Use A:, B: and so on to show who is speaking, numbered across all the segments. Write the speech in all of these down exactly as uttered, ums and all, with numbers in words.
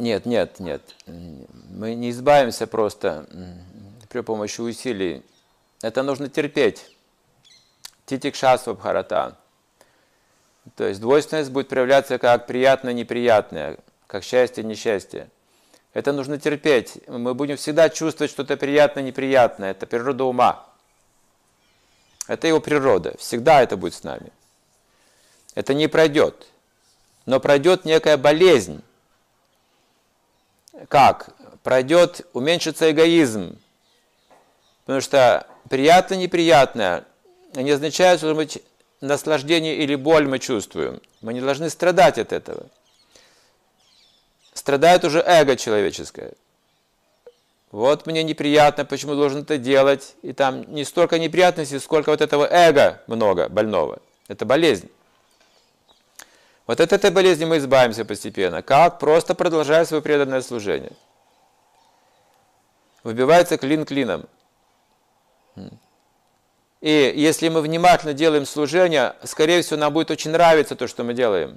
A: Нет, нет, нет. Мы не избавимся просто при помощи усилий. Это нужно терпеть. Титикшасва бхарата. То есть двойственность будет проявляться как приятное-неприятное, как счастье-несчастье. Это нужно терпеть. Мы будем всегда чувствовать что-то приятное-неприятное. Это природа ума. Это его природа. Всегда это будет с нами. Это не пройдет. Но пройдет некая болезнь. Как? Пройдет, уменьшится эгоизм. Потому что приятно-неприятное не означает, что мы наслаждение или боль мы чувствуем. Мы не должны страдать от этого. Страдает уже эго человеческое. Вот мне неприятно, почему должен это делать. И там не столько неприятностей, сколько вот этого эго много, больного. Это болезнь. Вот от этой болезни мы избавимся постепенно. Как? Просто продолжая свое преданное служение. Выбивается клин клином. И если мы внимательно делаем служение, скорее всего, нам будет очень нравиться то, что мы делаем.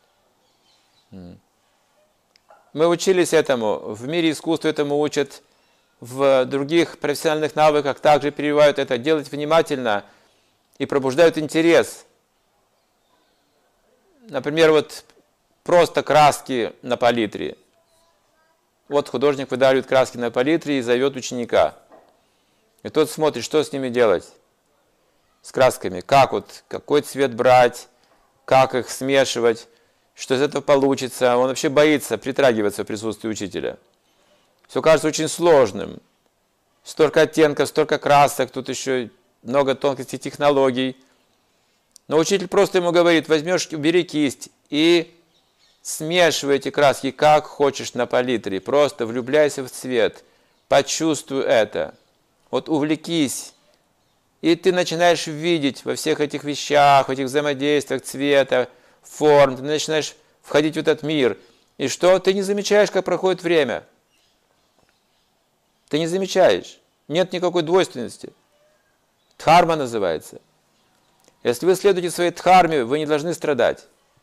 A: Мы учились этому. В мире искусства этому учат. В других профессиональных навыках также прививают это. Делать внимательно и пробуждают интерес. Например, вот просто краски на палитре. Вот художник выдавливает краски на палитре и зовет ученика. И тот смотрит, что с ними делать. С красками. Как вот, какой цвет брать, как их смешивать, что из этого получится. Он вообще боится притрагиваться в присутствии учителя. Все кажется очень сложным. Столько оттенков, столько красок, тут еще много тонкостей технологий. Но учитель просто ему говорит: возьмешь, бери кисть и смешивай эти краски, как хочешь на палитре. Просто влюбляйся в цвет, почувствуй это. Вот увлекись. И ты начинаешь видеть во всех этих вещах, в этих взаимодействиях цвета, форм. Ты начинаешь входить в этот мир. И что? Ты не замечаешь, как проходит время. Ты не замечаешь. Нет никакой двойственности. Дхарма называется. Если вы следуете своей дхарме, вы не должны страдать.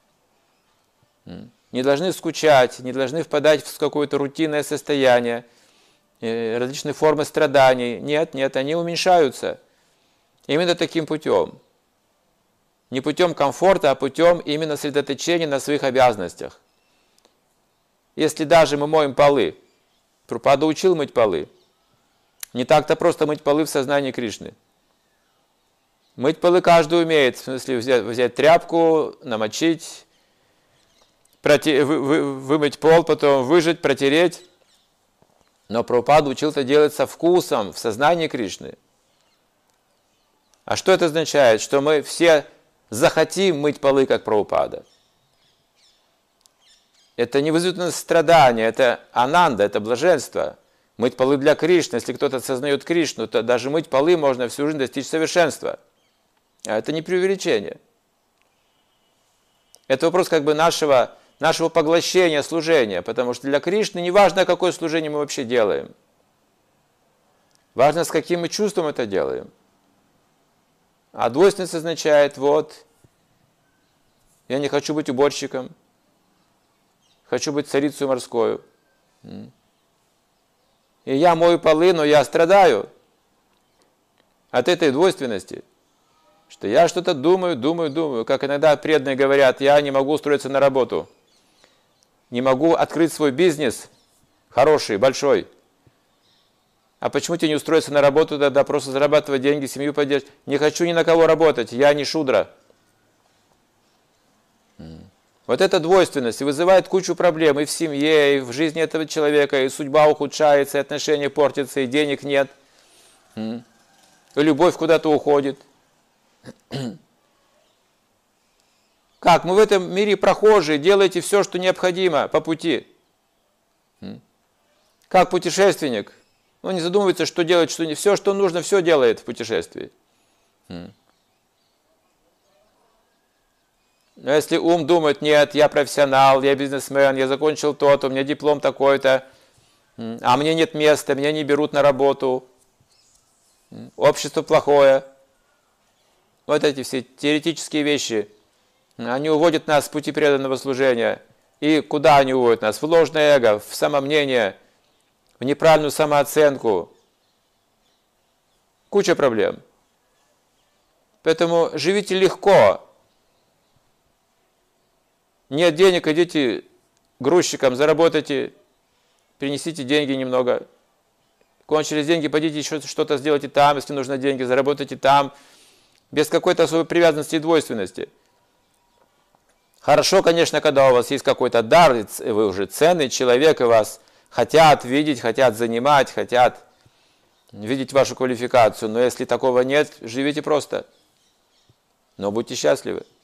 A: Не должны скучать, не должны впадать в какое-то рутинное состояние, различные формы страданий. Нет, нет, они уменьшаются. Именно таким путем. Не путем комфорта, а путем именно сосредоточения на своих обязанностях. Если даже мы моем полы, Прабхупада учил мыть полы. Не так-то просто мыть полы в сознании Кришны. Мыть полы каждый умеет. В смысле взять, взять тряпку, намочить, проте, вы, вы, вымыть пол, потом выжать, протереть. Но Прабхупада учил это делать со вкусом, в сознании Кришны. А что это означает? Что мы все захотим мыть полы, как Прабхупада. Это не вызовет у нас страдания, это ананда, это блаженство. Мыть полы для Кришны. Если кто-то осознает Кришну, то даже мыть полы можно всю жизнь достичь совершенства. А это не преувеличение. Это вопрос как бы нашего, нашего поглощения, служения. Потому что для Кришны не важно, какое служение мы вообще делаем. Важно, с каким мы чувством это делаем. А двойственность означает, вот, я не хочу быть уборщиком, хочу быть царицей морскою. И я мою полы, но я страдаю от этой двойственности. Что я что-то думаю, думаю, думаю. Как иногда преданные говорят: я не могу устроиться на работу. Не могу открыть свой бизнес хороший, большой. А почему тебе не устроиться на работу, тогда просто зарабатывать деньги, семью поддерживать? Не хочу ни на кого работать, я не шудра. Вот эта двойственность вызывает кучу проблем и в семье, и в жизни этого человека, и судьба ухудшается, и отношения портятся, и денег нет, и любовь куда-то уходит. Как? Мы в этом мире прохожие, делайте все, что необходимо по пути. Как путешественник? Он не задумывается, что делать, что не. Все, что нужно, все делает в путешествии. Но если ум думает: нет, я профессионал, я бизнесмен, я закончил то-то, у меня диплом такой-то, а мне нет места, меня не берут на работу, общество плохое. Вот эти все теоретические вещи, они уводят нас с пути преданного служения. И куда они уводят нас? В ложное эго, в самомнение, в неправильную самооценку. Куча проблем. Поэтому живите легко. Нет денег, идите грузчиком, заработайте, принесите деньги немного. Кончились деньги, пойдите еще что-то сделайте там, если нужно деньги, заработайте там. Без какой-то особой привязанности и двойственности. Хорошо, конечно, когда у вас есть какой-то дар, вы уже ценный человек, и вас хотят видеть, хотят занимать, хотят видеть вашу квалификацию. Но если такого нет, живите просто. Но будьте счастливы.